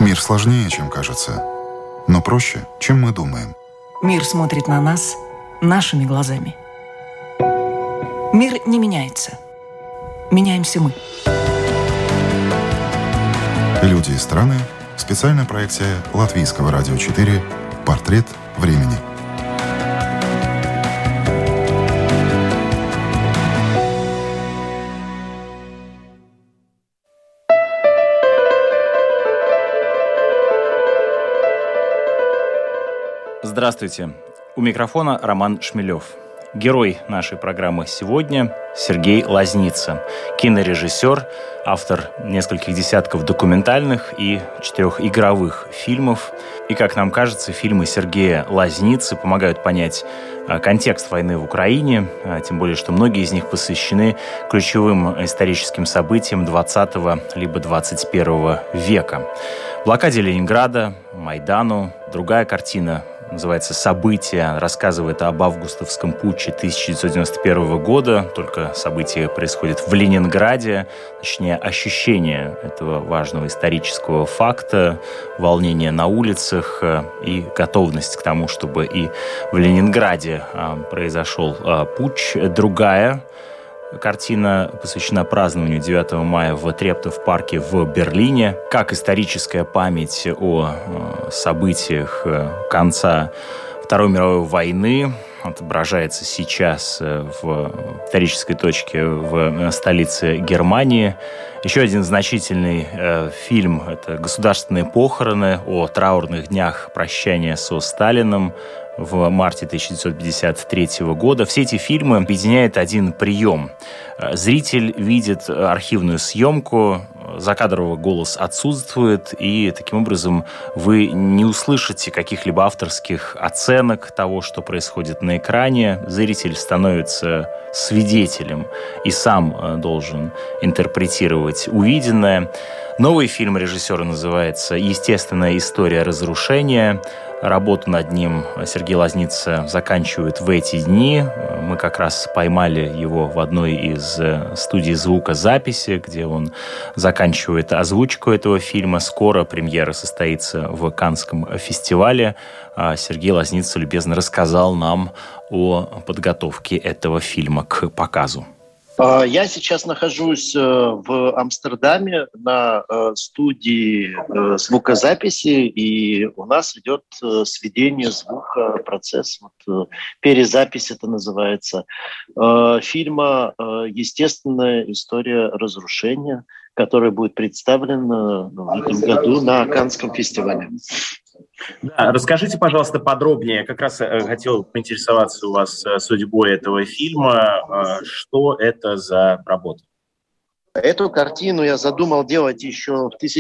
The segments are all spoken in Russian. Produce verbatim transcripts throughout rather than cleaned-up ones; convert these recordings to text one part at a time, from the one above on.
Мир сложнее, чем кажется, но проще, чем мы думаем. Мир смотрит на нас нашими глазами. Мир не меняется. Меняемся мы. Люди и страны. Специальная проекция Латвийского радио четыре «Портрет времени». Здравствуйте. У микрофона Роман Шмелев. Герой нашей программы сегодня – Сергей Лазница, кинорежиссер, автор нескольких десятков документальных и четырех игровых фильмов. И, как нам кажется, фильмы Сергея Лазницы помогают понять контекст войны в Украине, тем более, что многие из них посвящены ключевым историческим событиям двадцатого либо двадцать первого века. Блокаде Ленинграда, Майдану. Другая картина называется «События», рассказывает об августовском путче тысяча девятьсот девяносто первого года, только события происходят в Ленинграде, точнее, ощущение этого важного исторического факта, волнение на улицах и готовность к тому, чтобы и в Ленинграде произошел путч. Другая картина посвящена празднованию девятого мая в Трептов-парке в Берлине. Как историческая память о событиях конца Второй мировой войны отображается сейчас в исторической точке в столице Германии. Еще один значительный э, фильм – это «Государственные похороны», о траурных днях прощания со Сталиным в марте тысяча девятьсот пятьдесят третьего года. Все эти фильмы объединяет один прием. Зритель видит архивную съемку, закадровый голос отсутствует, и таким образом вы не услышите каких-либо авторских оценок того, что происходит на экране. Зритель становится свидетелем и сам должен интерпретировать увиденное. Новый фильм режиссера называется «Естественная история разрушения». Работу над ним Сергей Лазница заканчивает в эти дни. Мы как раз поймали его в одной из студий звукозаписи, где он заканчивает озвучку этого фильма. Скоро премьера состоится в Каннском фестивале. Сергей Лазница любезно рассказал нам о подготовке этого фильма к показу. Я сейчас нахожусь в Амстердаме на студии звукозаписи, и у нас идет сведение звука, процесс, вот, перезапись это называется, фильма «Естественная история разрушения», который будет представлен в этом году на Каннском фестивале. Да, расскажите, пожалуйста, подробнее. Как раз хотел поинтересоваться у вас судьбой этого фильма. Что это за работа? Эту картину я задумал делать еще в две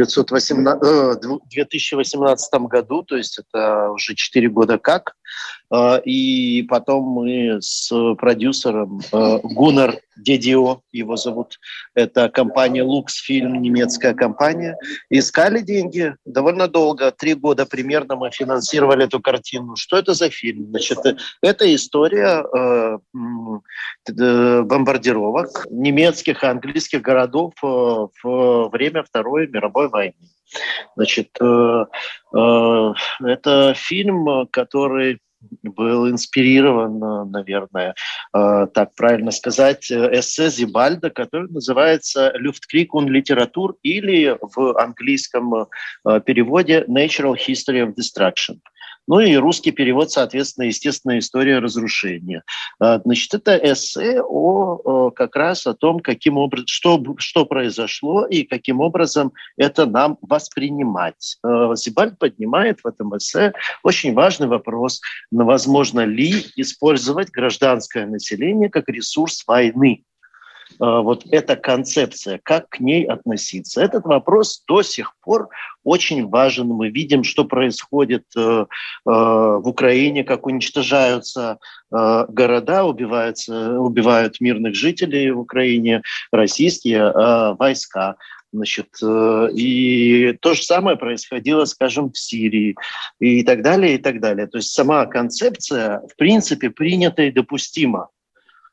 тысячи восемнадцатом году, то есть это уже четыре года как. И потом мы с продюсером Гуннар Дедио, его зовут, это компания Luxfilm, немецкая компания, искали деньги довольно долго, три года примерно мы финансировали эту картину. Что это за фильм? Значит, это история э, бомбардировок немецких и английских городов в время Второй мировой войны. Значит, э, э, это фильм, который был инспирирован, наверное, э, так правильно сказать, эссе Зибальда, который называется «Luftkrieg und Literatur» или в английском э, переводе «Natural History of Destruction». Ну и русский перевод, соответственно, «Естественная история разрушения». Значит, это эссе о, как раз о том, каким образом, что, что произошло и каким образом это нам воспринимать. Зибальд поднимает в этом эссе очень важный вопрос, возможно ли использовать гражданское население как ресурс войны. Вот эта концепция, как к ней относиться. Этот вопрос до сих пор очень важен. Мы видим, что происходит э, э, в Украине, как уничтожаются э, города, убиваются, убивают мирных жителей в Украине, российские э, войска. Значит, э, и то же самое происходило, скажем, в Сирии и так далее, и так далее. То есть сама концепция, в принципе, принята и допустима.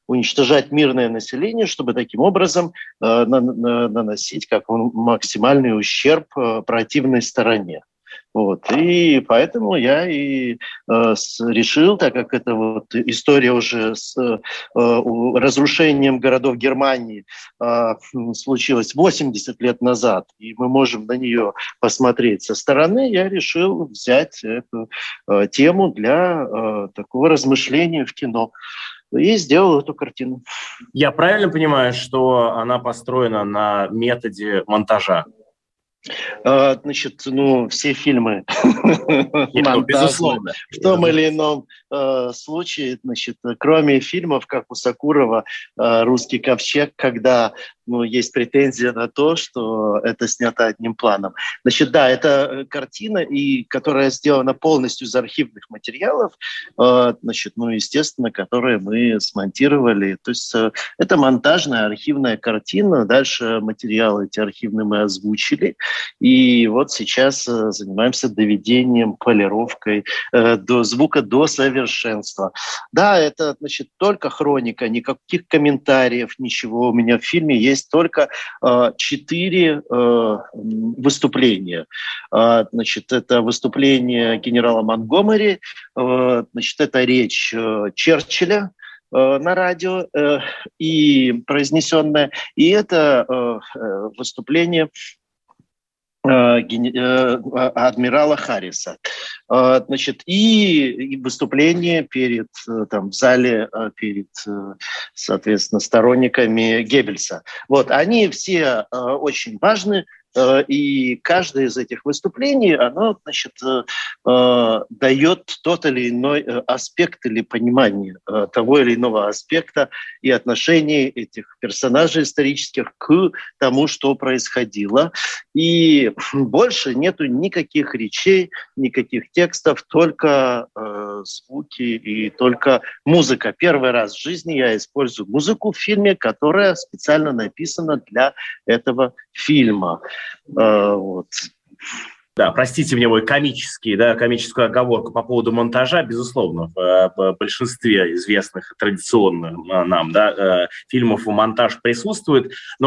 уничтожать мирное население, чтобы таким образом э, на, на, наносить как он, максимальный ущерб э, противной стороне. Вот. И поэтому я и э, с, решил, так как это вот история уже с э, разрушением городов Германии э, случилась восемьдесят лет назад, и мы можем на нее посмотреть со стороны, я решил взять эту э, тему для э, такого размышления в кино. И сделал эту картину. Я правильно понимаю, что она построена на методе монтажа? Значит, ну, все фильмы безусловно. В том или ином э, случае, значит, кроме фильмов, как у Сакурова э, «Русский ковчег», когда ну, есть претензия на то, что это снято одним планом. Значит, да, это картина, и, которая сделана полностью из архивных материалов, э, значит, ну, естественно, которые мы смонтировали. То есть э, это монтажная архивная картина. Дальше материалы эти архивные мы озвучили. И вот сейчас э, занимаемся доведением, полировкой э, до звука до совершенства. Да, это, значит, только хроника, никаких комментариев, ничего. У меня в фильме есть только э, четыре э, выступления. Э, значит, это выступление генерала Монтгомери, э, значит, это речь э, Черчилля э, на радио э, и произнесенная, и это э, выступление адмирала Харриса. Значит, и выступление перед, там, в зале перед, соответственно, сторонниками Геббельса. Вот, они все очень важны. И каждое из этих выступлений, оно, значит, дает тот или иной аспект или понимание того или иного аспекта и отношения этих персонажей исторических к тому, что происходило. И больше нету никаких речей, никаких текстов, только звуки и только музыка. Первый раз в жизни я использую музыку в фильме, которая специально написана для этого фильма. Uh, вот. Да, простите мне мой комический, да, комическую оговорку по поводу монтажа. Безусловно, в большинстве известных традиционно нам, да, фильмов монтаж присутствует.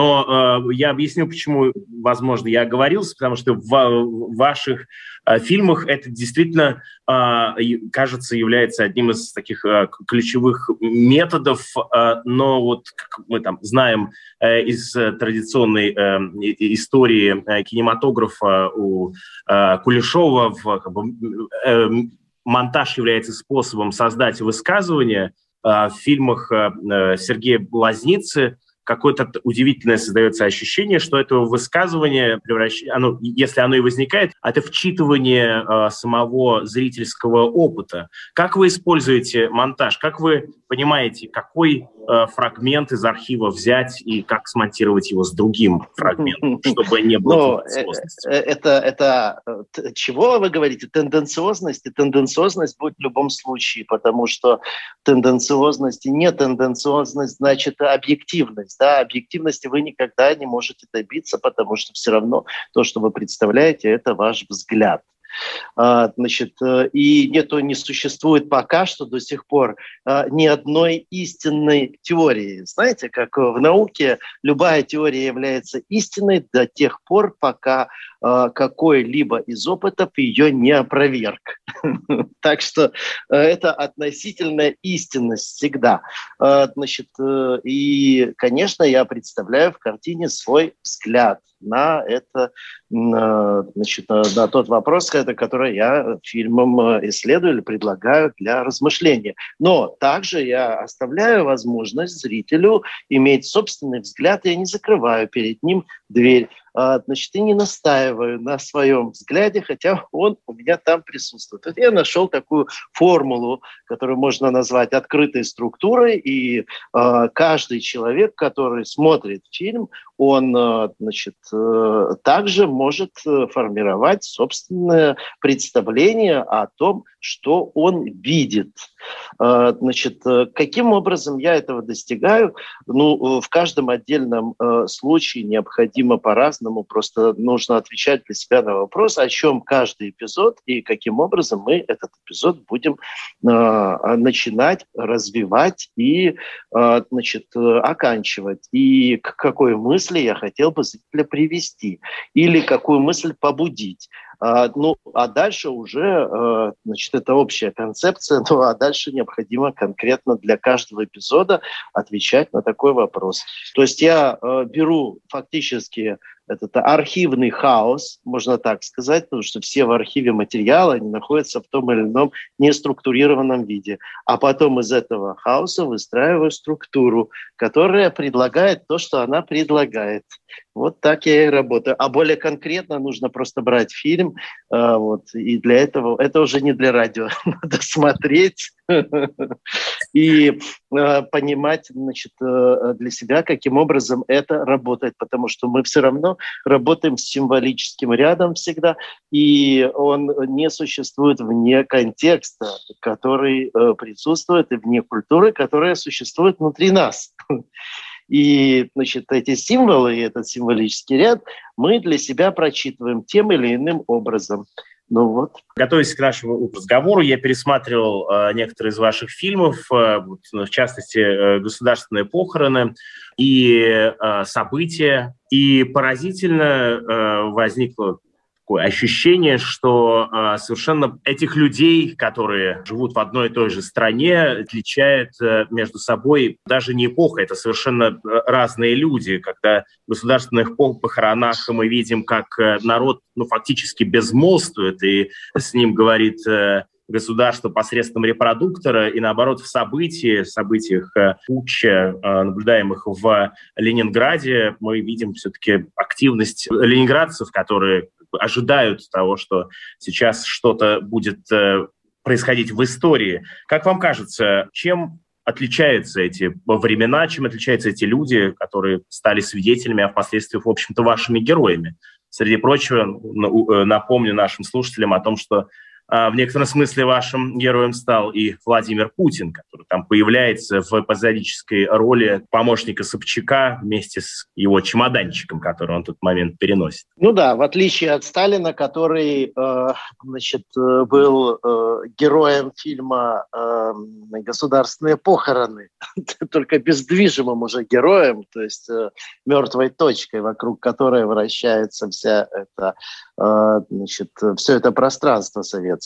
Но я объясню, почему, возможно, я оговорился, потому что в ваших фильмах это действительно, кажется, является одним из таких ключевых методов. Но вот, как мы там знаем из традиционной истории кинематографа у Кулешова, в, как бы, э, монтаж является способом создать высказывание. Э, в фильмах э, Сергея Лазницы какое-то удивительное создается ощущение, что это высказывание, превращ... оно, если оно и возникает, это вчитывание э, самого зрительского опыта. Как вы используете монтаж? Как вы понимаете, какой э, фрагмент из архива взять и как смонтировать его с другим фрагментом, чтобы не было тенденциозности? Это, это чего вы говорите? Тенденциозность? И тенденциозность будет в любом случае, потому что тенденциозность и нетенденциозность значит объективность. Да? Объективности вы никогда не можете добиться, потому что все равно то, что вы представляете, это ваш взгляд. Значит, и нету, не существует пока что до сих пор ни одной истинной теории. Знаете, как в науке любая теория является истинной до тех пор, пока какой-либо из опытов ее не опроверг. Так что это относительная истинность всегда. Значит, и, конечно, я представляю в картине свой взгляд на это, значит, на тот вопрос, который я фильмом исследую или предлагаю для размышления. Но также я оставляю возможность зрителю иметь собственный взгляд, я не закрываю перед ним дверь. Значит, и не настаиваю на своем взгляде, хотя он у меня там присутствует. Вот я нашел такую формулу, которую можно назвать открытой структурой, и э, каждый человек, который смотрит фильм, он, э, значит, э, также может формировать собственное представление о том, что он видит. Значит, каким образом я этого достигаю? Ну, в каждом отдельном случае необходимо по-разному, просто нужно отвечать для себя на вопрос, о чем каждый эпизод и каким образом мы этот эпизод будем начинать, развивать и, значит, оканчивать. И к какой мысли я хотел бы зрителя привести или какую мысль побудить. А, ну, а дальше уже, значит, это общая концепция, ну, а дальше необходимо конкретно для каждого эпизода отвечать на такой вопрос. То есть я э, беру фактически этот архивный хаос, можно так сказать, потому что все в архиве материалы, они находятся в том или ином неструктурированном виде. А потом из этого хаоса выстраиваю структуру, которая предлагает то, что она предлагает. Вот так я и работаю. А более конкретно нужно просто брать фильм, э, вот, и для этого, это уже не для радио, надо смотреть и э, понимать, значит, э, для себя, каким образом это работает, потому что мы все равно работаем с символическим рядом всегда, и он не существует вне контекста, который э, присутствует, и вне культуры, которая существует внутри нас. И, значит, эти символы и этот символический ряд мы для себя прочитываем тем или иным образом. Ну вот. Готовясь к нашему разговору, я пересматривал э, некоторые из ваших фильмов, э, вот, в частности, э, «Государственные похороны» и э, «События». И поразительно э, возникло такое ощущение, что э, совершенно этих людей, которые живут в одной и той же стране, отличает э, между собой даже не эпоха, это совершенно разные люди. Когда в государственных похоронах мы видим, как э, народ ну, фактически безмолвствует, и с ним говорит э, государство посредством репродуктора, и наоборот в событии, в событиях э, путча, э, наблюдаемых в Ленинграде, мы видим все-таки активность ленинградцев, которые ожидают того, что сейчас что-то будет э, происходить в истории. Как вам кажется, чем отличаются эти времена, чем отличаются эти люди, которые стали свидетелями, а впоследствии, в общем-то, вашими героями? Среди прочего, напомню нашим слушателям о том, что в некотором смысле вашим героем стал и Владимир Путин, который там появляется в эпизодической роли помощника Собчака вместе с его чемоданчиком, который он в тот момент переносит. Ну да, в отличие от Сталина, который э, значит, был э, героем фильма э, «Государственные похороны», только бездвижимым уже героем, то есть э, мертвой точкой, вокруг которой вращается вся эта, э, значит, все это пространство советское.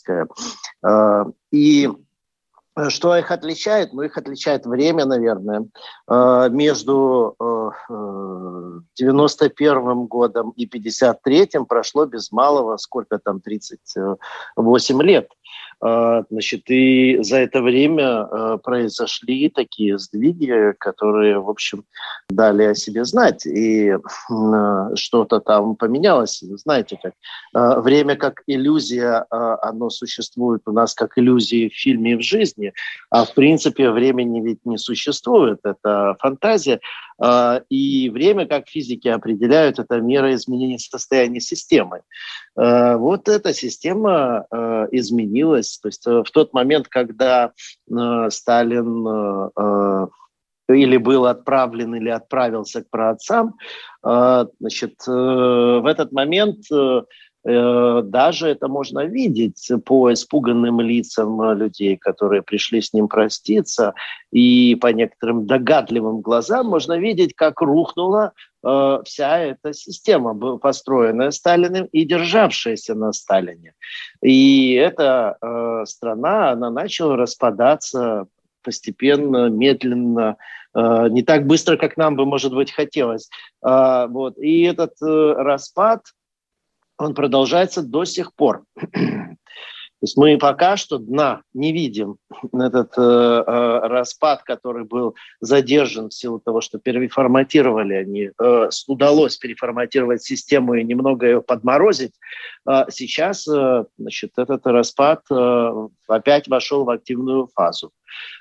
И что их отличает? Ну, их отличает время, наверное. Между девяносто первым годом и пятьдесят третьим прошло без малого, сколько там, тридцать восемь лет. Значит, и за это время произошли такие сдвиги, которые, в общем, дали о себе знать. И что-то там поменялось. Знаете, как время как иллюзия, оно существует у нас как иллюзии в фильме и в жизни, а в принципе времени ведь не существует. Это фантазия. И время, как физики определяют, это мера изменения состояния системы. Вот эта система изменилась. То есть в тот момент, когда Сталин или был отправлен, или отправился к праотцам, значит, в этот момент даже это можно видеть по испуганным лицам людей, которые пришли с ним проститься, и по некоторым догадливым глазам можно видеть, как рухнула э, вся эта система, построенная Сталиным и державшаяся на Сталине. И эта э, страна, она начала распадаться постепенно, медленно, э, не так быстро, как нам бы, может быть, хотелось. Э, вот. И этот э, распад, он продолжается до сих пор. То есть мы пока что дна не видим. Этот э, э, распад, который был задержан в силу того, что переформатировали они, э, удалось переформатировать систему и немного ее подморозить, э, сейчас э, значит, этот распад э, опять вошел в активную фазу.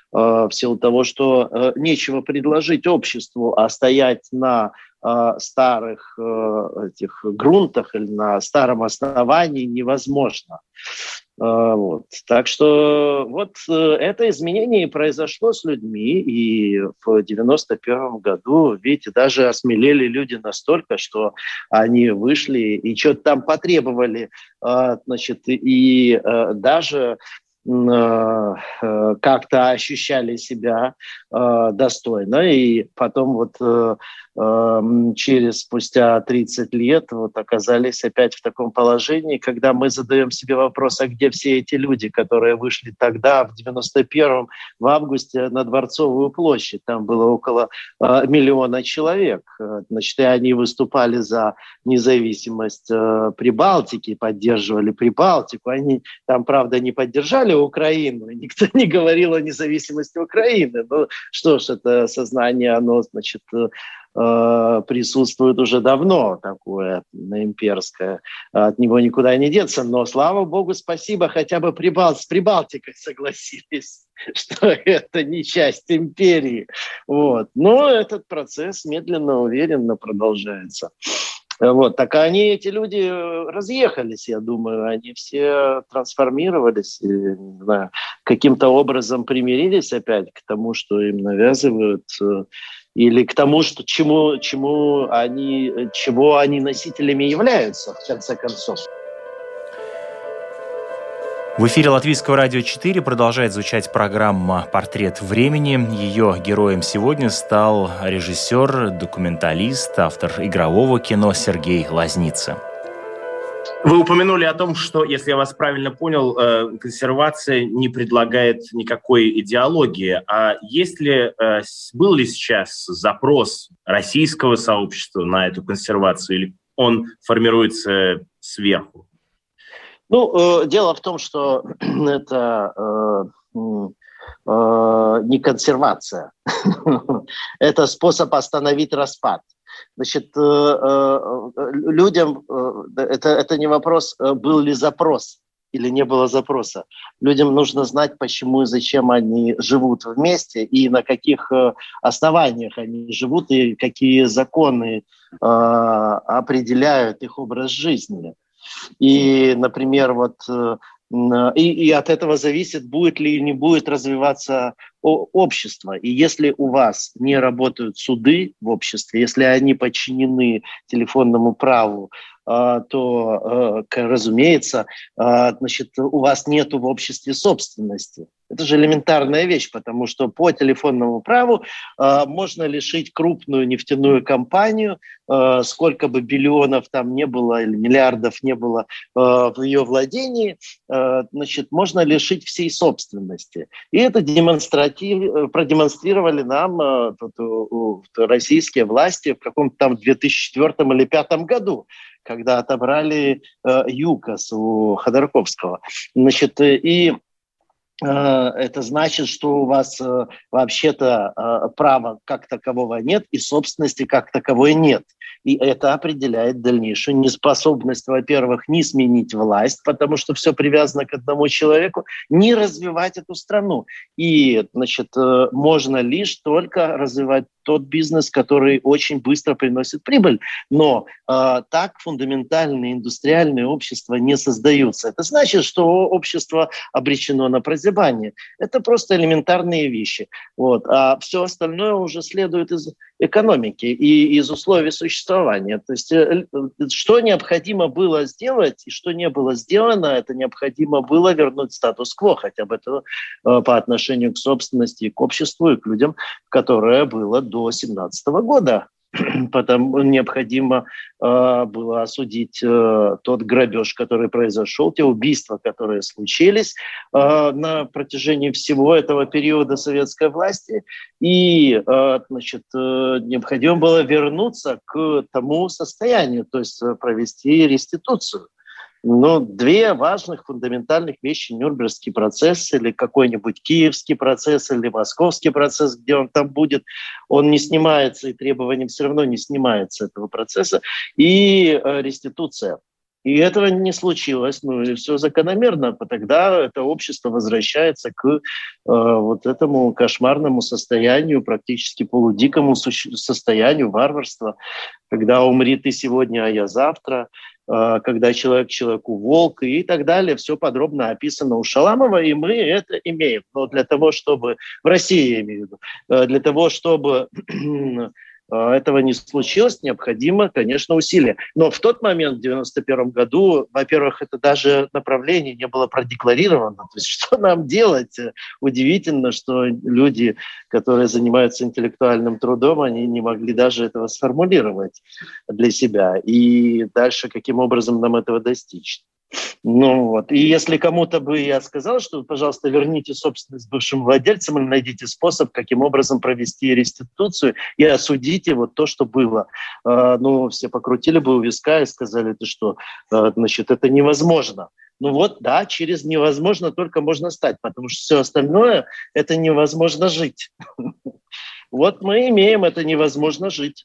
в силу того, что нечего предложить обществу, а стоять на старых этих грунтах или на старом основании невозможно. Вот. Так что вот это изменение произошло с людьми, и в девяносто первом году, видите, даже осмелели люди настолько, что они вышли и что-то там потребовали, значит, и даже как-то ощущали себя э, достойно. И потом вот э, э, через спустя тридцать лет вот оказались опять в таком положении, когда мы задаем себе вопрос, а где все эти люди, которые вышли тогда, в девяносто первом, в августе, на Дворцовую площадь. Там было около э, миллиона человек. Значит, и они выступали за независимость э, Прибалтики, поддерживали Прибалтику. Они там, правда, не поддержали Украину, никто не говорил о независимости Украины. Ну что ж, это сознание, оно, значит, э, присутствует уже давно, такое имперское, от него никуда не деться, но, слава богу, спасибо, хотя бы Прибал... с Прибалтикой согласились, что это не часть империи. Вот. Но этот процесс медленно, уверенно продолжается. Вот, так они, эти люди, разъехались, я думаю, они все трансформировались, и, не знаю, каким-то образом примирились опять к тому, что им навязывают, или к тому, что, чему, чему они, чего они носителями являются, в конце концов. В эфире Латвийского радио четыре продолжает звучать программа «Портрет времени». Ее героем сегодня стал режиссер, документалист, автор игрового кино Сергей Лазница. Вы упомянули о том, что, если я вас правильно понял, консервация не предлагает никакой идеологии. А есть ли, был ли сейчас запрос российского сообщества на эту консервацию, или он формируется сверху? Ну, э, дело в том, что это э, э, не консервация, это способ остановить распад. Значит, э, э, людям, э, это, это не вопрос, был ли запрос или не было запроса. Людям нужно знать, почему и зачем они живут вместе, и на каких основаниях они живут, и какие законы э, определяют их образ жизни. И, например, вот и, и от этого зависит, будет ли или не будет развиваться общество. И если у вас не работают суды в обществе, если они подчинены телефонному праву, то, разумеется, значит, у вас нет в обществе собственности. Это же элементарная вещь, потому что по телефонному праву э, можно лишить крупную нефтяную компанию, э, сколько бы биллионов там не было или миллиардов не было э, в ее владении, э, значит, можно лишить всей собственности. И это демонстратив, продемонстрировали нам э, тут, uh, uh, российские власти в каком-то там две тысячи четвёртом или две тысячи пятом году, когда отобрали э, ЮКОС у Ходорковского. Значит, и это значит, что у вас э, вообще-то э, права как такового нет и собственности как таковой нет. И это определяет дальнейшую неспособность, во-первых, не сменить власть, потому что все привязано к одному человеку, не развивать эту страну. И, значит, э, можно лишь только развивать тот бизнес, который очень быстро приносит прибыль. Но э, так фундаментальные индустриальные общества не создаются. Это значит, что общество обречено на прозябание. Это просто элементарные вещи. Вот. А все остальное уже следует из экономики и из условий существования. То есть э, что необходимо было сделать и что не было сделано, это необходимо было вернуть статус-кво, хотя бы это э, по отношению к собственности, и к обществу, и к людям, которое было до две тысячи семнадцатого года. Потому необходимо э, было осудить э, тот грабеж, который произошел, те убийства, которые случились э, на протяжении всего этого периода советской власти. И э, значит, э, необходимо было вернуться к тому состоянию, то есть провести реституцию. Но две важных фундаментальных вещи: Нюрнбергский процесс или какой-нибудь Киевский процесс или Московский процесс, где он там будет, он не снимается, и требованием все равно не снимается этого процесса, и э, реституция. И этого не случилось, ну и все закономерно. Тогда это общество возвращается к э, вот этому кошмарному состоянию, практически полудикому суще- состоянию варварства, когда умри ты сегодня, а я завтра, э, когда человек человеку волк и так далее. Все подробно описано у Шаламова, и мы это имеем. Но для того, чтобы... В России, я имею в виду. Э, для того, чтобы... этого не случилось, необходимо, конечно, усилия. Но в тот момент, в девяносто первом году, во-первых, это даже направление не было продекларировано. То есть что нам делать? Удивительно, что люди, которые занимаются интеллектуальным трудом, они не могли даже этого сформулировать для себя. И дальше каким образом нам этого достичь? Ну вот. И если кому-то бы я сказал, что, пожалуйста, верните собственность бывшим владельцам или найдите способ, каким образом провести реституцию и осудите вот то, что было. Э, ну, все покрутили бы у виска и сказали, ты что, э, значит, это невозможно. Ну вот, да, через невозможно только можно стать, потому что все остальное – это невозможно жить. Вот мы имеем это невозможно жить.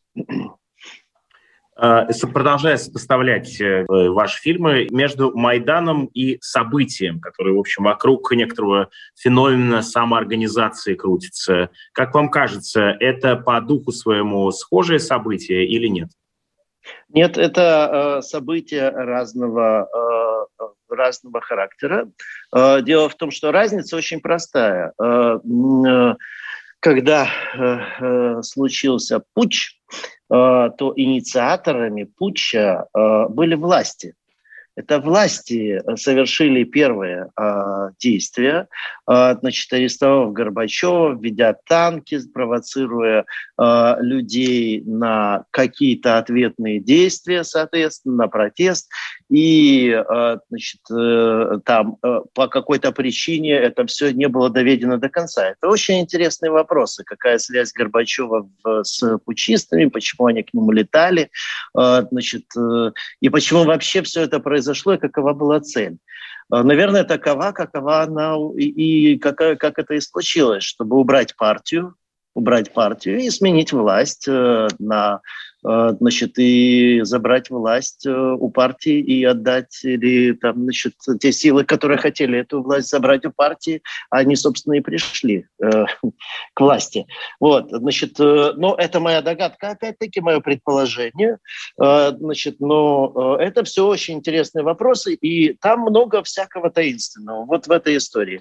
Продолжая сопоставлять ваши фильмы между Майданом и событием, которое, в общем, вокруг некоторого феномена самоорганизации крутится. Как вам кажется, это по духу своему схожее событие или нет? Нет, это э, события разного, э, разного характера. Э, дело в том, что разница очень простая. Э, э, когда э, э, случился путч, то инициаторами путча были власти. Это власти совершили первые э, действия, э, значит, арестовав Горбачева, введя танки, провоцируя э, людей на какие-то ответные действия, соответственно, на протест. И э, значит, э, там э, по какой-то причине это все не было доведено до конца. Это очень интересные вопросы. Какая связь Горбачева в, с путчистами, почему они к нему летали, э, значит, э, и почему вообще все это произошло. Зашло и какова была цель. Наверное, такова, какова она и, и какая, как это и случилось, чтобы убрать партию, убрать партию и сменить власть э, на, э, значит, и забрать власть э, у партии и отдать или там, значит, те силы, которые хотели эту власть забрать у партии, они, собственно, и пришли э, к власти. Вот, значит, э, но это моя догадка, опять-таки, мое предположение. Э, значит, но э, это все очень интересные вопросы, и там много всякого таинственного вот в этой истории.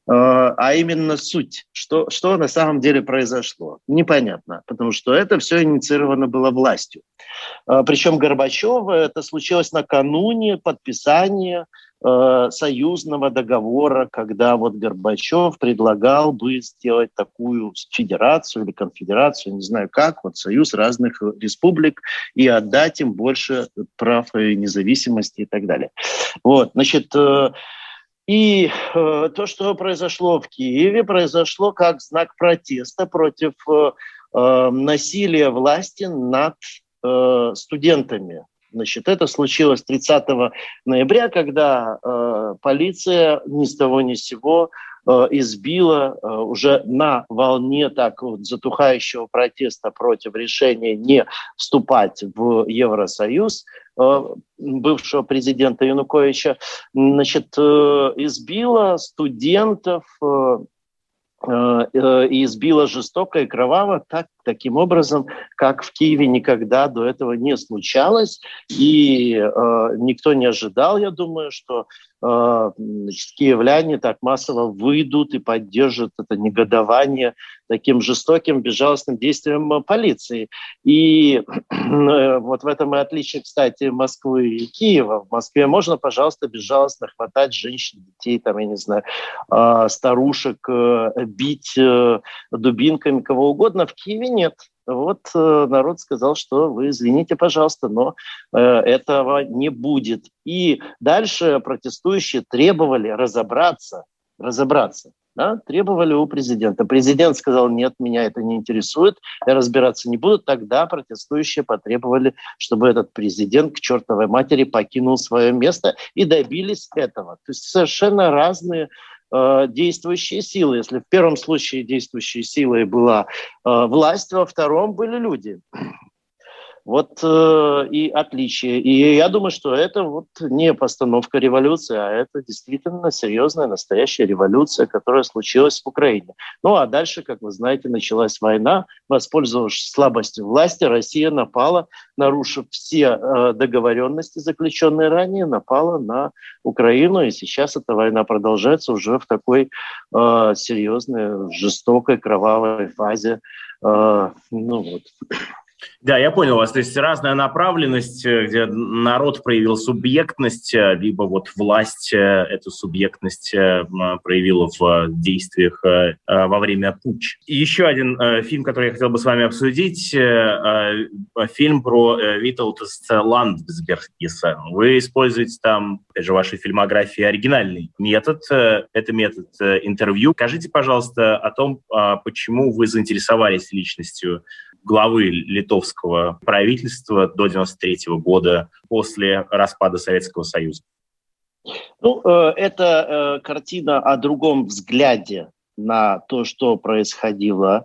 А именно суть, что, что на самом деле произошло, непонятно, потому что это все инициировано было властью. Причем Горбачева это случилось накануне подписания э, союзного договора, когда вот Горбачев предлагал бы сделать такую федерацию или конфедерацию, не знаю как, вот союз разных республик и отдать им больше прав и независимости и так далее. Вот, значит... Э, И э, то, что произошло в Киеве, произошло как знак протеста против э, э, насилия власти над э, студентами. Значит, это случилось тридцатого ноября, когда э, полиция ни с того ни с сего э, избила э, уже на волне так вот затухающего протеста против решения не вступать в Евросоюз э, бывшего президента Януковича, значит, э, избила студентов э, э, и избила жестоко и кроваво так, таким образом, как в Киеве никогда до этого не случалось. И э, никто не ожидал, я думаю, что э, значит, киевляне так массово выйдут и поддержат это негодование таким жестоким, безжалостным действием полиции. И э, вот в этом и отличие, кстати, Москвы и Киева. В Москве можно, пожалуйста, безжалостно хватать женщин, детей, там, я не знаю, э, старушек, э, бить э, дубинками, кого угодно. В Киеве нет. Вот э, народ сказал, что вы извините, пожалуйста, но э, этого не будет. И дальше протестующие требовали разобраться, разобраться, да, требовали у президента. Президент сказал, нет, меня это не интересует, я разбираться не буду. Тогда протестующие потребовали, чтобы этот президент к чертовой матери покинул свое место, и добились этого. То есть совершенно разные действующие силы. Если в первом случае действующей силой была э, власть, во втором были люди. Вот э, и отличие. И я думаю, что это вот не постановка революции, а это действительно серьезная, настоящая революция, которая случилась в Украине. Ну а дальше, как вы знаете, началась война. Воспользовавшись слабостью власти, Россия напала, нарушив все э, договоренности, заключенные ранее, напала на Украину. И сейчас эта война продолжается уже в такой э, серьезной, жестокой, кровавой фазе. Э, ну вот. Да, я понял вас. То есть разная направленность, где народ проявил субъектность, либо вот власть эту субъектность проявила в действиях во время путча. И еще один фильм, который я хотел бы с вами обсудить, фильм про Витаутаса Ландсбергиса. Вы используете там, опять же, в вашей фильмографии оригинальный метод. Это метод интервью. Скажите, пожалуйста, о том, почему вы заинтересовались личностью главы литовского правительства до девяносто третьего года после распада Советского Союза. Ну, это картина о другом взгляде на то, что происходило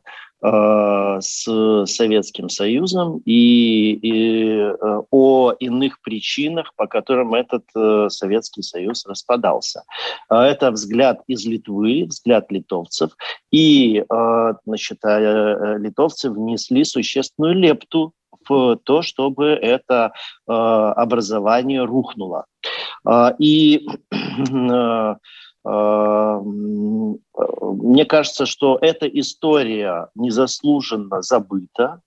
с Советским Союзом и, и о иных причинах, по которым этот Советский Союз распадался. Это взгляд из Литвы, взгляд литовцев. И, значит, литовцы внесли существенную лепту в то, чтобы это образование рухнуло. И мне кажется, что эта история незаслуженно забыта,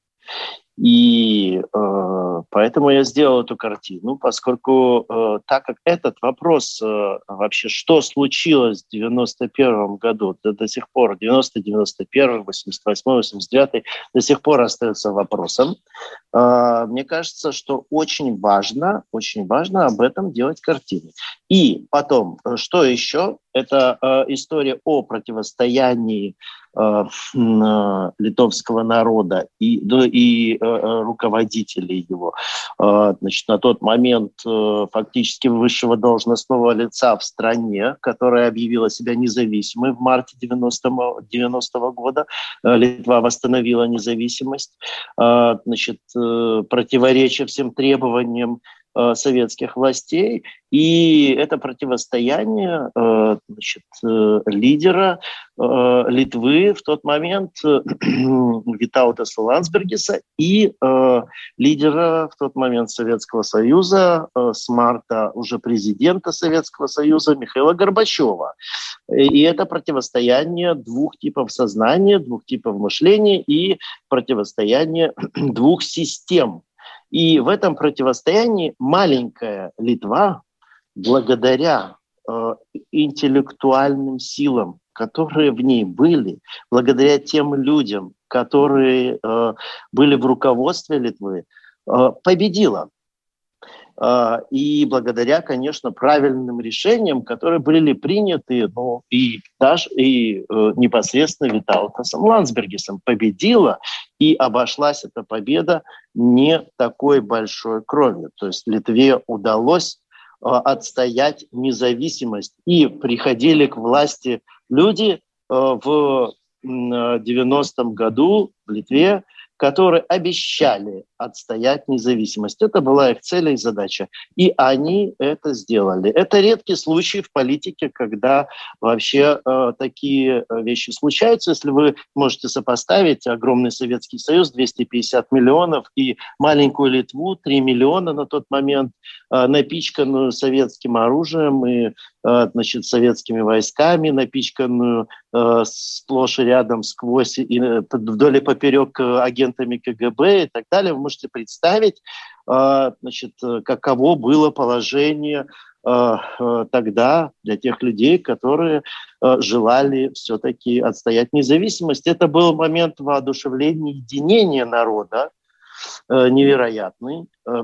и э, поэтому я сделал эту картину, поскольку э, так как этот вопрос э, вообще, что случилось в девяносто первом году, до, до сих пор, девяносто, девяносто один, восемьдесят восемь, восемьдесят девять, до сих пор остается вопросом. Э, мне кажется, что очень важно, очень важно об этом делать картину. И потом, что еще? Это э, история о противостоянии э, э, литовского народа и, да, и э, руководителей его. Э, значит, на тот момент э, фактически высшего должностного лица в стране, которая объявила себя независимой в марте девяностого года. Э, Литва восстановила независимость, э, значит, э, противоречия всем требованиям советских властей, и это противостояние значит, лидера Литвы в тот момент Витаутаса Ландсбергиса и лидера в тот момент Советского Союза, с марта уже президента Советского Союза Михаила Горбачева. И это противостояние двух типов сознания, двух типов мышления и противостояние двух систем. И в этом противостоянии маленькая Литва, благодаря э, интеллектуальным силам, которые в ней были, благодаря тем людям, которые э, были в руководстве Литвы, э, победила. Э, и благодаря, конечно, правильным решениям, которые были приняты, ну, и даже и э, непосредственно Витаутасом Ландсбергисом, победила, и обошлась эта победа не такой большой кровью. То есть Литве удалось э, отстоять независимость. И приходили к власти люди э, в девяностом году в Литве, которые обещали отстоять независимость. Это была их цель и задача. И они это сделали. Это редкий случай в политике, когда вообще э, такие вещи случаются. Если вы можете сопоставить огромный Советский Союз, двести пятьдесят миллионов, и маленькую Литву, три миллиона на тот момент, э, напичканную советским оружием и э, значит, советскими войсками, напичканную э, сплошь и рядом сквозь и э, вдоль и поперек агентами ка гэ бэ и так далее. Вы можете представить, значит, каково было положение тогда для тех людей, которые желали все-таки отстоять независимость. Это был момент воодушевления, единения народа, невероятный.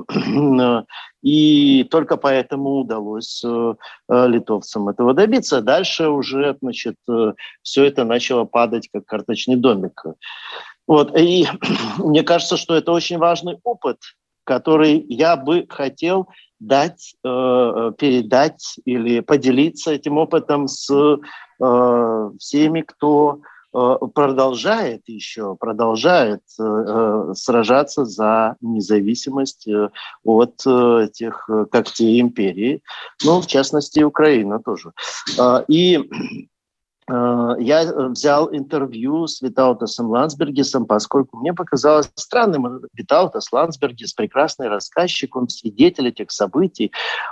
И только поэтому удалось литовцам этого добиться. Дальше уже, значит, все это начало падать, как карточный домик. Вот. И мне кажется, что это очень важный опыт, который я бы хотел дать, э, передать или поделиться этим опытом с э, всеми, кто продолжает еще, продолжает сражаться за независимость от тех когтей империи, ну, в частности, Украина тоже. И я взял интервью с Витаутасом Ландсбергисом, поскольку мне показалось странным. Витаутас Ландсбергис – прекрасный рассказчик, он свидетель этих событий.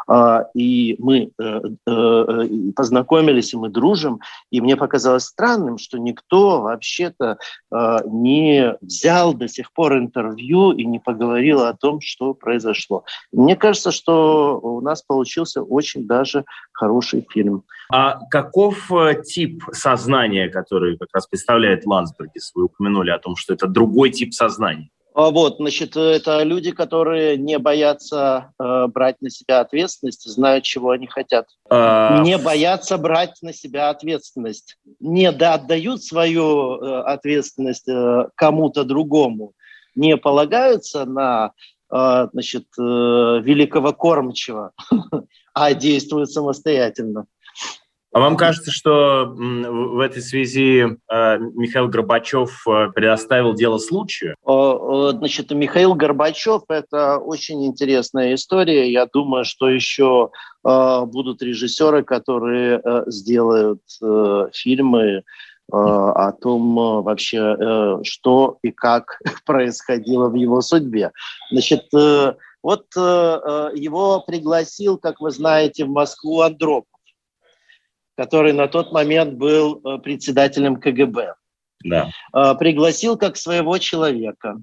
И мы познакомились, и мы дружим. И мне показалось странным, что никто вообще-то не взял до сих пор интервью и не поговорил о том, что произошло. Мне кажется, что у нас получился очень даже хороший фильм. А каков тип сознания, который как раз представляет Ландсбергис? Вы упомянули о том, что это другой тип сознания. Вот, значит, это люди, которые не боятся э, брать на себя ответственность, знают, чего они хотят. А... Не боятся брать на себя ответственность. Не да, отдают свою э, ответственность э, кому-то другому. Не полагаются на э, значит, э, великого кормчего, а действуют самостоятельно. А вам кажется, что в этой связи э, Михаил Горбачев предоставил дело случаю? Значит, Михаил Горбачев – это очень интересная история. Я думаю, что еще э, будут режиссеры, которые э, сделают э, фильмы э, о том э, вообще, э, что и как происходило в его судьбе. Значит, э, вот э, его пригласил, как вы знаете, в Москву Андропов, который на тот момент был председателем ка гэ бэ. Да. Пригласил как своего человека.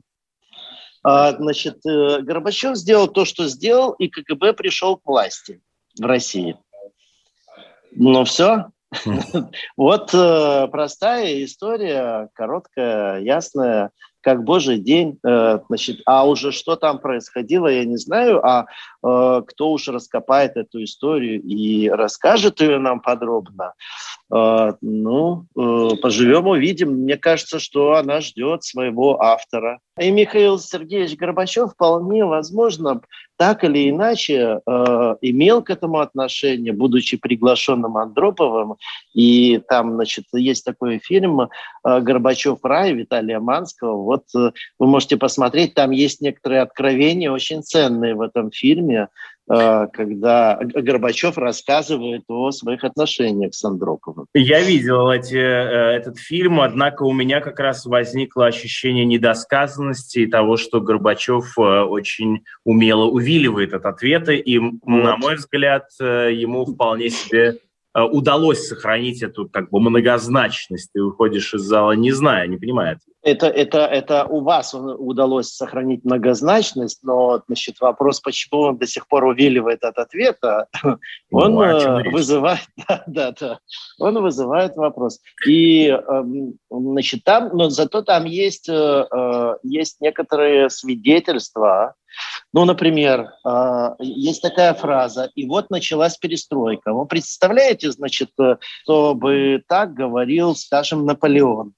Значит, Горбачев сделал то, что сделал, и ка гэ бэ пришел к власти в России. Ну все. Вот простая история, короткая, ясная, как божий день. Значит, а уже что там происходило, я не знаю, а кто уж раскопает эту историю и расскажет ее нам подробно, ну, поживем, увидим. Мне кажется, что она ждет своего автора. И Михаил Сергеевич Горбачев вполне возможно так или иначе э, имел к этому отношение, будучи приглашенным Андроповым. И там, значит, есть такой фильм э, «Горбачев рай» Виталия Манского. Вот э, вы можете посмотреть, там есть некоторые откровения, очень ценные в этом фильме, э, когда Горбачев рассказывает о своих отношениях с Андроповым. Я видел эти, э, этот фильм, однако у меня как раз возникло ощущение недосказанности и того, что Горбачев э, очень умело увидел увиливает от ответа, и, вот. на мой взгляд, ему вполне себе удалось сохранить эту как бы многозначность. Ты выходишь из зала, не зная, не понимая. Это, это, это у вас удалось сохранить многозначность, но, значит, вопрос, почему он до сих пор увиливает от ответа, он ну, вызывает, да, да, да, он вызывает вопрос. И, значит, там, но зато там есть, есть некоторые свидетельства. Ну, например, есть такая фраза: «И вот началась перестройка». Вы представляете, значит, чтобы так говорил, скажем, Наполеон.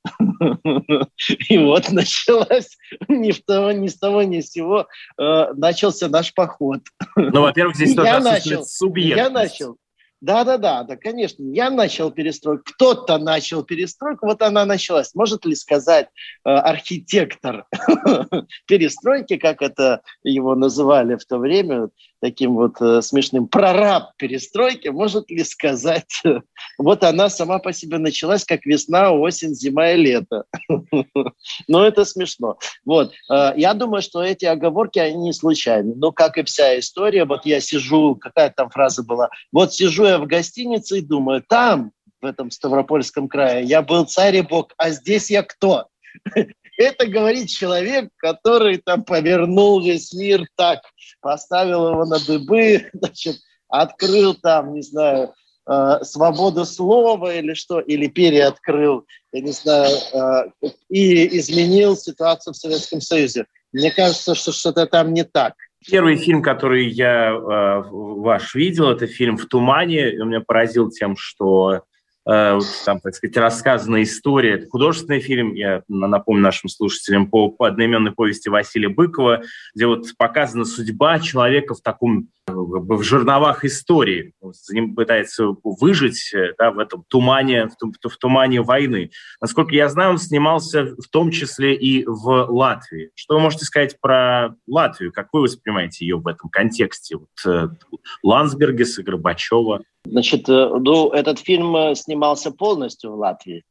И вот началась ни, в того, ни с того, ни с сего начался наш поход. Ну, во-первых, здесь тоже отсутствует субъектность. Я начал. Да-да-да, да, конечно. Я начал перестройку, кто-то начал перестройку, вот она началась. Может ли сказать э, архитектор перестройки, как это его называли в то время, таким вот э, смешным, прораб перестройки, может ли сказать, э, вот она сама по себе началась, как весна, осень, зима и лето. Но это смешно. Вот. Э, я думаю, что эти оговорки, они не случайны. Но как и вся история, вот я сижу, какая там фраза была, вот сижу я в гостинице и думаю, там, в этом Ставропольском крае, я был царь и бог, а здесь я кто? Это говорит человек, который там повернул весь мир так, поставил его на дыбы, значит, открыл там, не знаю, э, свободу слова или что, или переоткрыл, я не знаю, э, и изменил ситуацию в Советском Союзе. Мне кажется, что что-то там не так. Первый фильм, который я э, ваш видел, это фильм «В тумане». И он меня поразил тем, что э, там, так сказать, рассказана история. Это художественный фильм, я напомню нашим слушателям, по, по одноименной повести Василия Быкова, где вот показана судьба человека в таком, в жерновах истории. за ним пытается выжить, да, в этом тумане, в, в тумане войны. Насколько я знаю, он снимался в том числе и в Латвии. Что вы можете сказать про Латвию? Как вы воспринимаете ее в этом контексте? Вот, Ландсбергеса, Горбачева. Значит, ну, этот фильм снимался полностью в Латвии.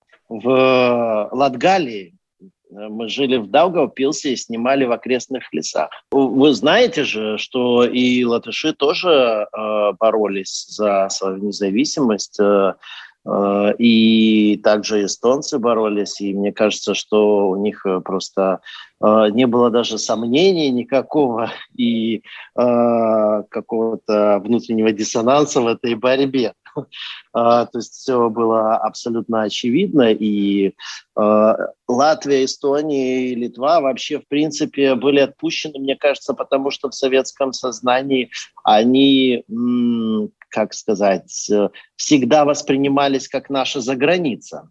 В Латгалии. Мы жили в Даугавпилсе и снимали в окрестных лесах. Вы знаете же, что и латыши тоже э, боролись за свою независимость, э, э, и также эстонцы боролись. И мне кажется, что у них просто э, не было даже сомнений никакого и э, какого-то внутреннего диссонанса в этой борьбе. Uh, то есть все было абсолютно очевидно, и uh, Латвия, Эстония и Литва вообще, в принципе, были отпущены, мне кажется, потому что в советском сознании они, м- как сказать, всегда воспринимались как наша заграница.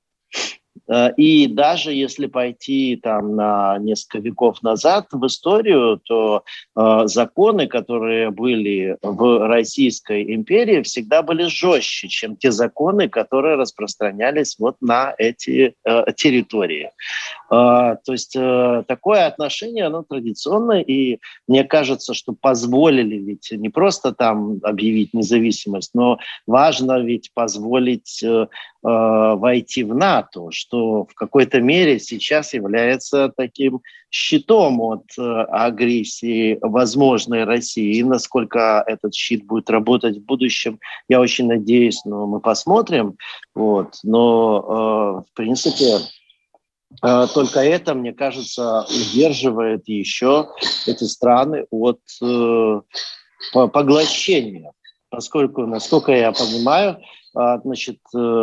И даже если пойти там на несколько веков назад в историю, то э, законы, которые были в Российской империи, всегда были жестче, чем те законы, которые распространялись вот на эти э, территории. Э, то есть э, такое отношение, оно традиционное, и мне кажется, что позволили ведь не просто там объявить независимость, но важно ведь позволить э, э, войти в НАТО, что в какой-то мере сейчас является таким щитом от э, агрессии возможной России. И насколько этот щит будет работать в будущем, я очень надеюсь, но мы посмотрим. Вот. Но, э, в принципе, э, только это, мне кажется, удерживает еще эти страны от э, поглощения. Поскольку, насколько я понимаю, значит,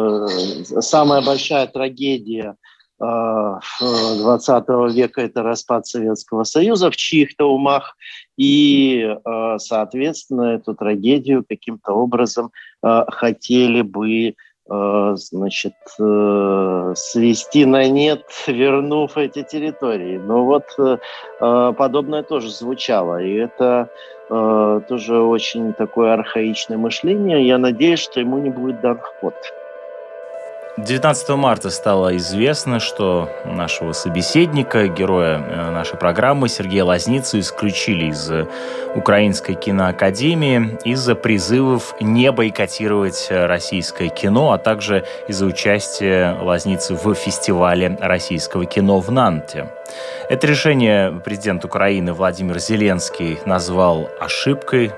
самая большая трагедия двадцатого века – это распад Советского Союза в чьих-то умах, и, соответственно, эту трагедию каким-то образом хотели бы, значит, свести на нет, вернув эти территории. Но вот подобное тоже звучало, и это тоже очень такое архаичное мышление. Я надеюсь, что ему не будет дан ход. девятнадцатого марта стало известно, что нашего собеседника, героя нашей программы Сергея Лазницу исключили из Украинской киноакадемии из-за призывов не бойкотировать российское кино, а также из-за участия Лазницы в фестивале российского кино в Нанте. Это решение президент Украины Владимир Зеленский назвал ошибкой.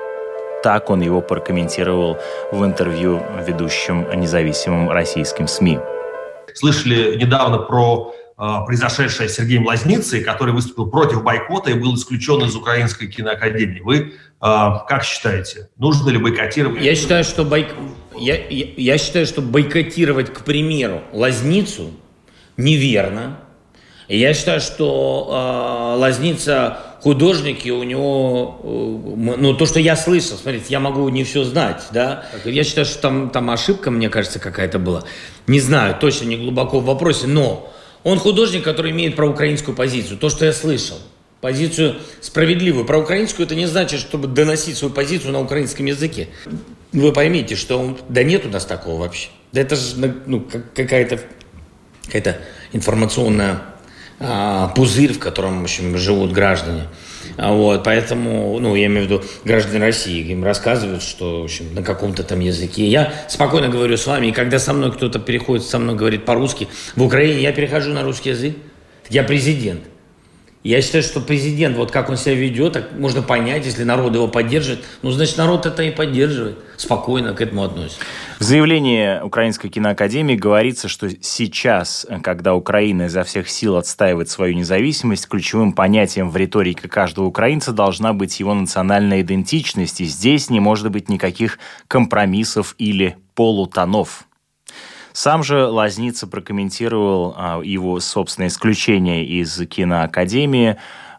Так он его прокомментировал в интервью ведущим независимым российским СМИ. Слышали недавно про э, произошедшее с Сергеем Лазницей, который выступил против бойкота и был исключен из Украинской киноакадемии. Вы э, как считаете, нужно ли бойкотировать? Я считаю, что, бойк... я, я, я считаю, что бойкотировать, к примеру, Лазницу неверно. И я считаю, что э, Лазница художник, и у него, э, ну, то, что я слышал, смотрите, я могу не все знать, да, я считаю, что там, там ошибка, мне кажется, какая-то была. Не знаю, точно не глубоко в вопросе, но он художник, который имеет проукраинскую позицию, то, что я слышал, позицию справедливую. Проукраинскую — это не значит, чтобы доносить свою позицию на украинском языке. Вы поймите, что он, да нет у нас такого вообще. Да это же, ну, какая-то, какая-то информационная а, пузырь, в котором, в общем, живут граждане. А, вот, поэтому, ну, я имею в виду граждане России, им рассказывают, что, в общем, на каком-то там языке. Я спокойно говорю с вами, и когда со мной кто-то переходит, со мной говорит по-русски, в Украине я перехожу на русский язык, я президент. Я считаю, что президент, вот как он себя ведет, так можно понять, если народ его поддерживает, ну, значит, народ это и поддерживает, спокойно к этому относится. В заявлении Украинской киноакадемии говорится, что сейчас, когда Украина изо всех сил отстаивает свою независимость, ключевым понятием в риторике каждого украинца должна быть его национальная идентичность, и здесь не может быть никаких компромиссов или полутонов. Сам же Лазница прокомментировал а, его собственное исключение из киноакадемии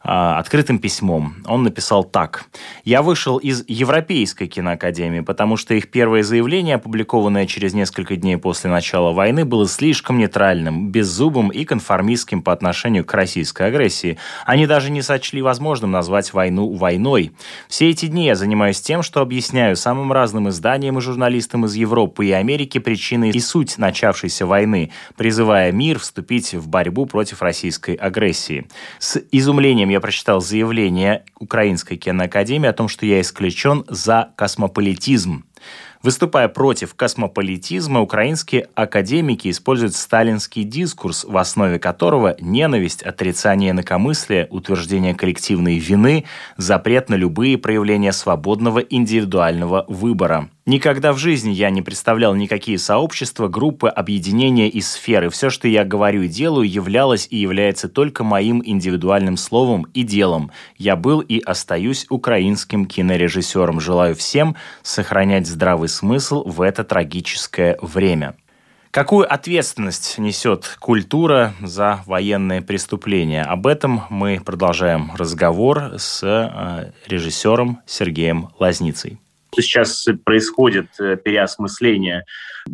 открытым письмом. Он написал так. «Я вышел из Европейской киноакадемии, потому что их первое заявление, опубликованное через несколько дней после начала войны, было слишком нейтральным, беззубым и конформистским по отношению к российской агрессии. Они даже не сочли возможным назвать войну войной. Все эти дни я занимаюсь тем, что объясняю самым разным изданиям и журналистам из Европы и Америки причины и суть начавшейся войны, призывая мир вступить в борьбу против российской агрессии. С изумлением я прочитал заявление Украинской киноакадемии о том, что я исключен за космополитизм. Выступая против космополитизма, украинские академики используют сталинский дискурс, в основе которого ненависть, отрицание инакомыслия, утверждение коллективной вины, запрет на любые проявления свободного индивидуального выбора. Никогда в жизни я не представлял никакие сообщества, группы, объединения и сферы. Все, что я говорю и делаю, являлось и является только моим индивидуальным словом и делом. Я был и остаюсь украинским кинорежиссером. Желаю всем сохранять здравый смысл в это трагическое время». Какую ответственность несет культура за военные преступления? Об этом мы продолжаем разговор с э, режиссером Сергеем Лазницей. Сейчас происходит переосмысление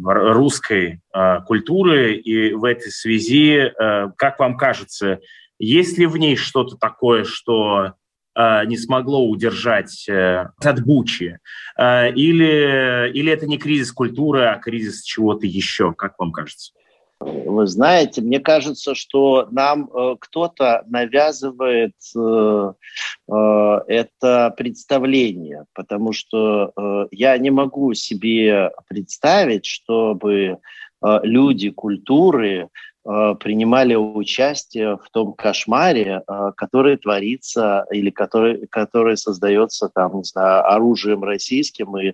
русской э, культуры, и в этой связи, э, как вам кажется, есть ли в ней что-то такое, что э, не смогло удержать э, от Бучи? Э, или, или это не кризис культуры, а кризис чего-то еще? Как вам кажется? Вы знаете, мне кажется, что нам э, кто-то навязывает э, э, это представление, потому что э, я не могу себе представить, чтобы э, люди культуры э, принимали участие в том кошмаре, э, который творится или который, который создается там, не знаю, оружием российским и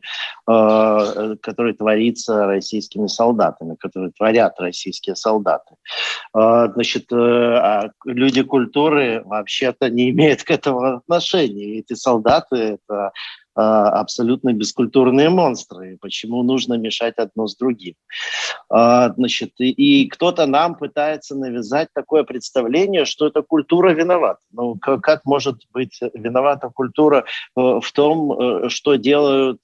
э, который творится российскими солдатами, которые творят российские солдаты. Э, значит, э, люди культуры вообще-то не имеют к этому отношения. Эти солдаты — это абсолютно бескультурные монстры. Почему нужно мешать одно с другим? Значит, и, и кто-то нам пытается навязать такое представление, что эта культура виновата. Ну, как, как может быть виновата культура в том, что делают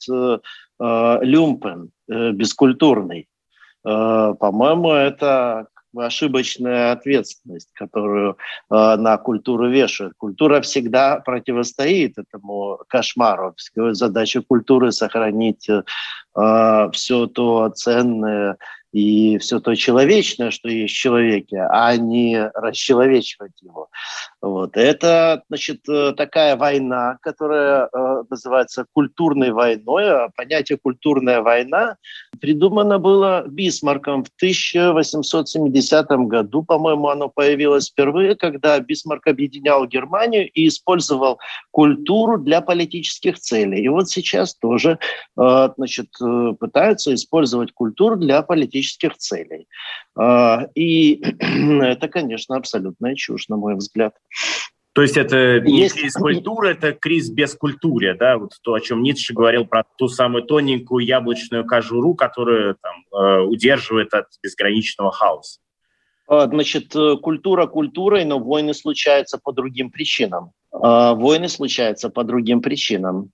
люмпен, бескультурный? По-моему, это ошибочная ответственность, которую э, на культуру вешают. Культура всегда противостоит этому кошмару. Задача культуры — сохранить э, все то ценное и все то человечное, что есть в человеке, а не расчеловечивать его. Вот. Это, значит, такая война, которая э, называется культурной войной. Понятие «культурная война» придумано было Бисмарком в тысяча восемьсот семидесятом году. По-моему, оно появилось впервые, когда Бисмарк объединял Германию и использовал культуру для политических целей. И вот сейчас тоже э, значит, пытаются использовать культуру для политических целей. Э, и это, конечно, абсолютная чушь, на мой взгляд. То есть это не Есть... кризис культуры, это кризис бескультурия, да, вот то, о чем Ницше говорил, про ту самую тоненькую яблочную кожуру, которая там удерживает от безграничного хаоса. Значит, культура культурой, но войны случаются по другим причинам. Войны случаются по другим причинам.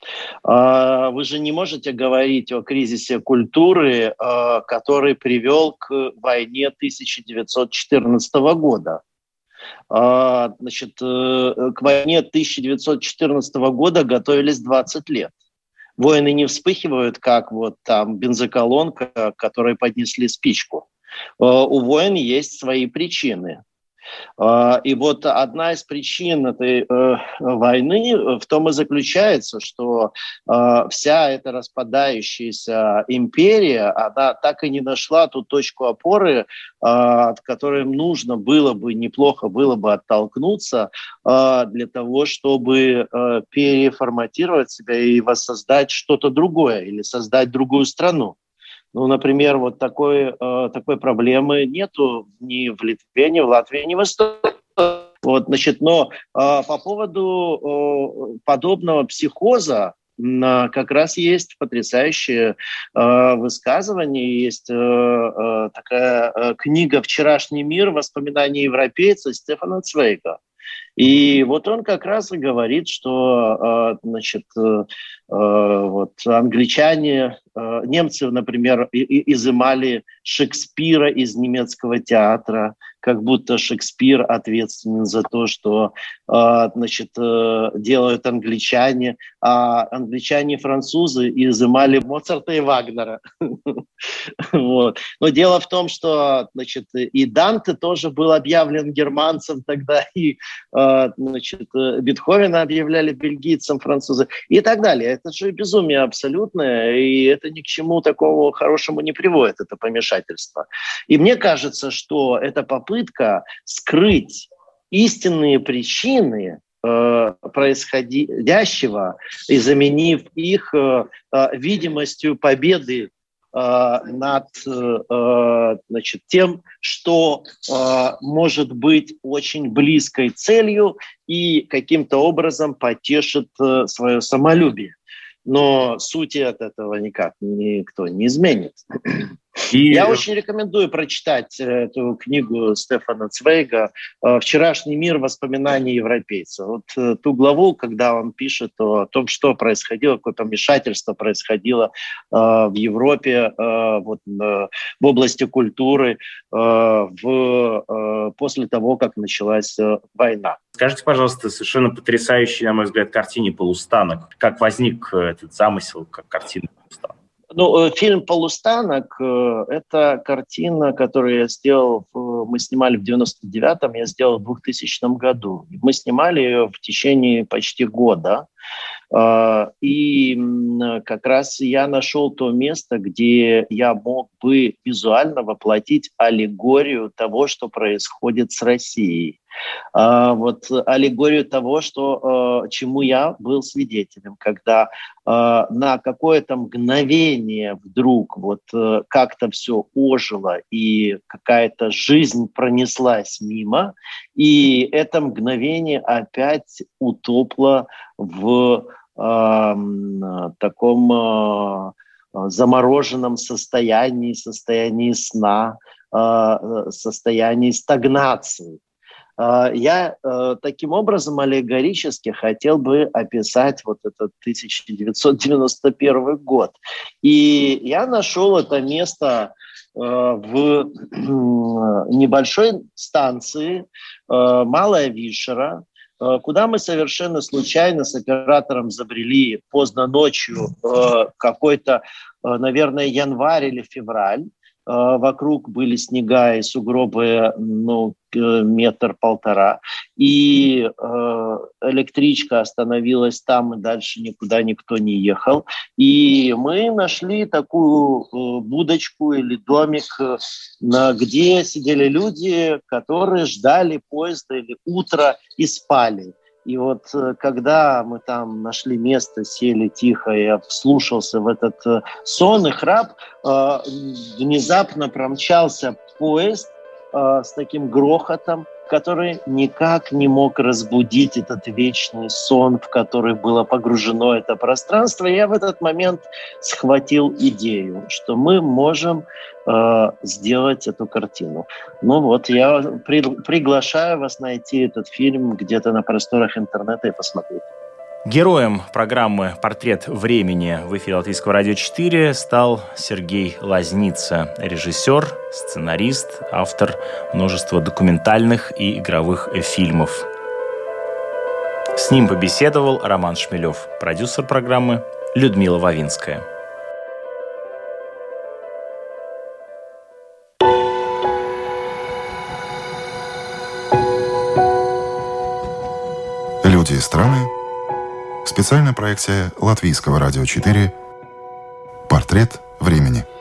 Вы же не можете говорить о кризисе культуры, который привел к войне тысяча девятьсот четырнадцатого года. Значит, к войне тысяча девятьсот четырнадцатого года готовились двадцать лет. Войны не вспыхивают, как вот там бензоколонка, которой поднесли спичку. У войн есть свои причины. И вот одна из причин этой войны в том и заключается, что вся эта распадающаяся империя, она так и не нашла ту точку опоры, от которой нужно было бы, неплохо было бы оттолкнуться для того, чтобы переформатировать себя и воссоздать что-то другое или создать другую страну. Ну, например, вот такой, э, такой проблемы нету ни в Литве, ни в Латвии, ни в Эстонии. Вот, значит, но э, по поводу э, подобного психоза э, как раз есть потрясающее э, высказывание. Есть э, э, такая э, книга «Вчерашний мир. Воспоминания европейца» Стефана Цвейга. И вот он как раз и говорит, что, значит, вот англичане, немцы, например, изымали Шекспира из немецкого театра, как будто Шекспир ответственен за то, что, значит, делают англичане, а англичане и французы изымали Моцарта и Вагнера. Вот. Но дело в том, что, значит, и Данте тоже был объявлен германцем тогда, и, значит, Бетховена объявляли бельгийцем, французы и так далее. Это же безумие абсолютное, и это ни к чему такому хорошему не приводит, это помешательство. И мне кажется, что это попытка скрыть истинные причины э, происходящего и заменив их э, э, видимостью победы э, над э, значит, тем, что э, может быть очень близкой целью и каким-то образом потешит э, свое самолюбие. Но сути от этого никак никто не изменит. И... Я очень рекомендую прочитать эту книгу Стефана Цвейга «Вчерашний мир. Воспоминания европейца». Вот ту главу, когда он пишет о том, что происходило, какое помешательство происходило в Европе, вот, в области культуры в, после того, как началась война. Скажите, пожалуйста, совершенно потрясающей, на мой взгляд, картине «Полустанок». Как возник этот замысел, как картина «Полустанок»? Ну, фильм «Полустанок» — это картина, которую я сделал, мы снимали в девяносто девятом, я сделал в двухтысячном году. Мы снимали ее в течение почти года. И как раз я нашел то место, где я мог бы визуально воплотить аллегорию того, что происходит с Россией. Вот аллегорию того, что, чему я был свидетелем, когда на какое-то мгновение вдруг вот как-то все ожило и какая-то жизнь пронеслась мимо, и это мгновение опять утопло в э, таком э, замороженном состоянии, состоянии сна, э, состоянии стагнации. Я э, таким образом аллегорически хотел бы описать вот этот тысяча девятьсот девяносто первый год. И я нашел это место э, в э, небольшой станции э, Малая Вишера, э, куда мы совершенно случайно с оператором забрели поздно ночью, э, какой-то, э, наверное, январь или февраль. Вокруг были снега и сугробы, ну, метр-полтора. И э, электричка остановилась там, и дальше никуда никто не ехал. И мы нашли такую э, будочку или домик, э, на, где сидели люди, которые ждали поезда или утра и спали. И вот когда мы там нашли место, сели тихо, я вслушался в этот сон и храп, э, внезапно промчался поезд э, с таким грохотом, который никак не мог разбудить этот вечный сон, в который было погружено это пространство. И я в этот момент схватил идею, что мы можем э, сделать эту картину. Ну вот, я при, приглашаю вас найти этот фильм где-то на просторах интернета и посмотреть. Героем программы «Портрет времени» в эфире Латвийского радио четыре стал Сергей Лазница, режиссер, сценарист, автор множества документальных и игровых фильмов. С ним побеседовал Роман Шмелев, продюсер программы Людмила Вавинская. Люди и страны. Специальная проекция Латвийского радио четыре «Портрет времени».